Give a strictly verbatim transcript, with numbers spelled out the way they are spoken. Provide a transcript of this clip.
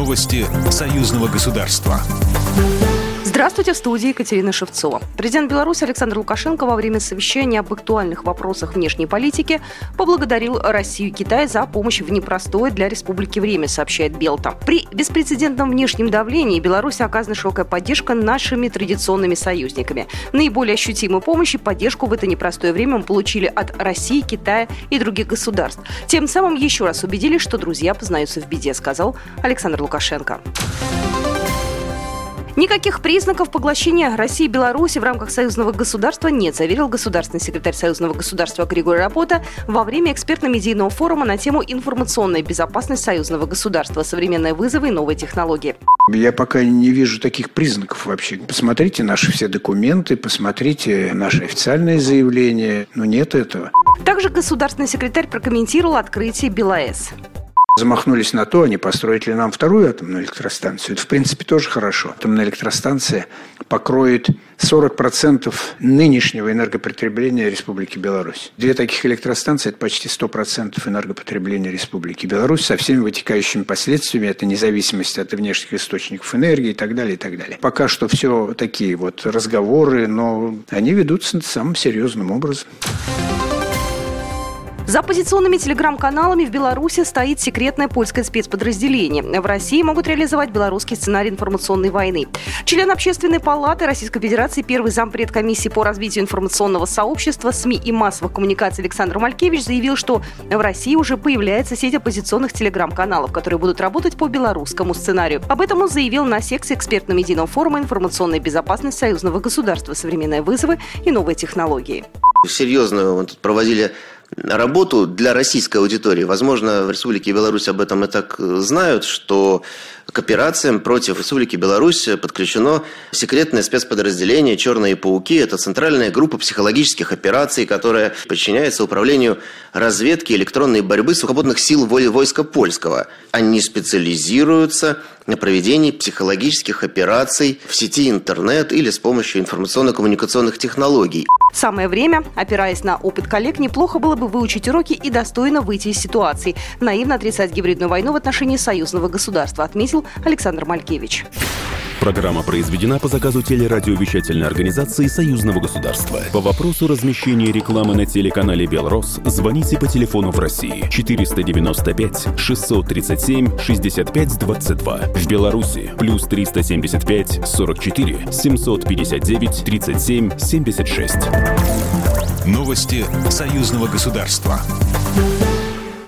Новости союзного государства. Здравствуйте, в студии Екатерина Шевцова. Президент Беларуси Александр Лукашенко во время совещания об актуальных вопросах внешней политики поблагодарил Россию и Китай за помощь в непростое для республики время, сообщает Белта. При беспрецедентном внешнем давлении Беларуси оказана широкая поддержка нашими традиционными союзниками. Наиболее ощутимую помощь и поддержку в это непростое время мы получили от России, Китая и других государств. Тем самым еще раз убедились, что друзья познаются в беде, сказал Александр Лукашенко. Никаких признаков поглощения России и Беларуси в рамках союзного государства нет, заверил государственный секретарь союзного государства Григорий Рапота во время экспертно-медийного форума на тему «Информационная безопасность союзного государства. Современные вызовы и новые технологии». Я пока не вижу таких признаков вообще. Посмотрите наши все документы, посмотрите наши официальные заявления. Но нет этого. Также государственный секретарь прокомментировал открытие БелАЭС. Замахнулись на то, а не построить ли нам вторую атомную электростанцию. Это, в принципе, тоже хорошо. Атомная электростанция покроет сорок процентов нынешнего энергопотребления Республики Беларусь. Две таких электростанции – это почти сто процентов энергопотребления Республики Беларусь со всеми вытекающими последствиями. Это независимость от внешних источников энергии и так далее, и так далее. Пока что все такие вот разговоры, но они ведутся самым серьезным образом. За оппозиционными телеграм-каналами в Беларуси стоит секретное польское спецподразделение. В России могут реализовать белорусский сценарий информационной войны. Член Общественной палаты Российской Федерации, первый зампред комиссии по развитию информационного сообщества, СМИ и массовых коммуникаций Александр Малькевич заявил, что в России уже появляется сеть оппозиционных телеграм-каналов, которые будут работать по белорусскому сценарию. Об этом он заявил на секции экспертно-медийного форума «Информационная безопасность союзного государства. Современные вызовы и новые технологии». Серьезно мы тут проводили работу для российской аудитории. Возможно, в Республике Беларусь об этом и так знают, что к операциям против Республики Беларусь подключено секретное спецподразделение «Черные пауки». Это центральная группа психологических операций, которая подчиняется управлению разведки и электронной борьбы сухопутных сил войска польского. Они специализируются на проведении психологических операций в сети интернет или с помощью информационно-коммуникационных технологий. Самое время, опираясь на опыт коллег, неплохо было бы выучить уроки и достойно выйти из ситуации. Наивно отрицать гибридную войну в отношении союзного государства, отметил Александр Малькевич. Программа произведена по заказу телерадиовещательной организации союзного государства. По вопросу размещения рекламы на телеканале «Белрос» звоните по телефону в России четыреста девяносто пять шестьсот тридцать семь шестьдесят пять двадцать два. В Беларуси плюс триста семьдесят пять сорок четыре семьсот пятьдесят девять тридцать семь семьдесят шесть. Новости союзного государства.